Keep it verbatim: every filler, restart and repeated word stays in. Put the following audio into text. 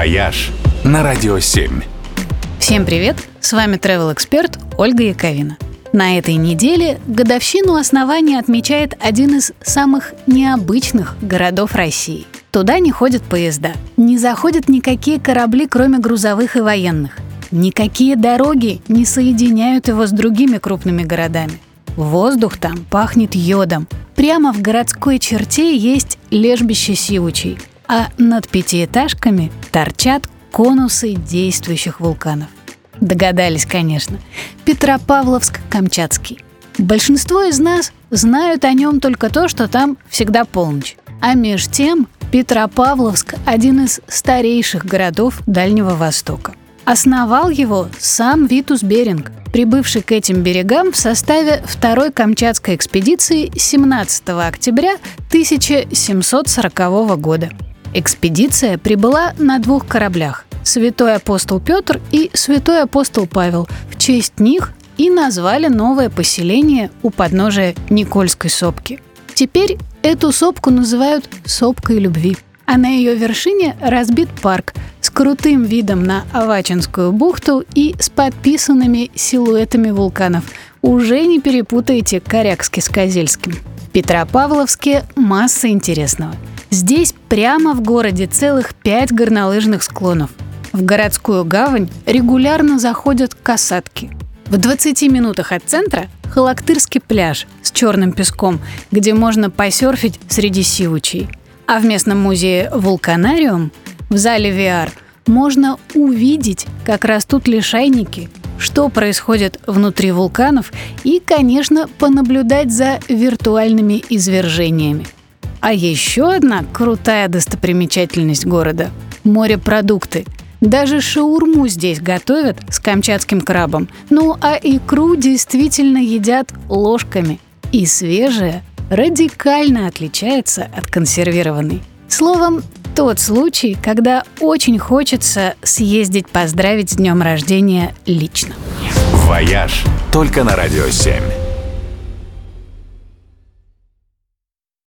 «Вояж» на Радио семь. Всем привет! С вами travel-эксперт Ольга Яковина. На этой неделе годовщину основания отмечает один из самых необычных городов России. Туда не ходят поезда, не заходят никакие корабли, кроме грузовых и военных. Никакие дороги не соединяют его с другими крупными городами. Воздух там пахнет йодом. Прямо в городской черте есть лежбище Сивучей, а над пятиэтажками торчат конусы действующих вулканов. Догадались, конечно. Петропавловск-Камчатский. Большинство из нас знают о нем только то, что там всегда полночь. А меж тем Петропавловск – один из старейших городов Дальнего Востока. Основал его сам Витус Беринг, прибывший к этим берегам в составе второй Камчатской экспедиции семнадцатого октября тысяча семьсот сорокового года. Экспедиция прибыла на двух кораблях – Святой апостол Петр и Святой апостол Павел. В честь них и назвали новое поселение у подножия Никольской сопки. Теперь эту сопку называют «Сопкой любви», а на ее вершине разбит парк с крутым видом на Авачинскую бухту и с подписанными силуэтами вулканов. Уже не перепутайте Корякский с Козельским. В Петропавловске масса интересного. Здесь прямо в городе целых пять горнолыжных склонов. В городскую гавань регулярно заходят касатки. В двадцати минутах от центра Халактырский пляж с черным песком, где можно посерфить среди Сивучей. А в местном музее «Вулканариум» в зале ви ар можно увидеть, как растут лишайники, что происходит внутри вулканов и, конечно, понаблюдать за виртуальными извержениями. А еще одна крутая достопримечательность города – морепродукты. Даже шаурму здесь готовят с камчатским крабом. Ну а икру действительно едят ложками. И свежая радикально отличается от консервированной. Словом, тот случай, когда очень хочется съездить поздравить с днем рождения лично. «Вояж» только на Радио семь.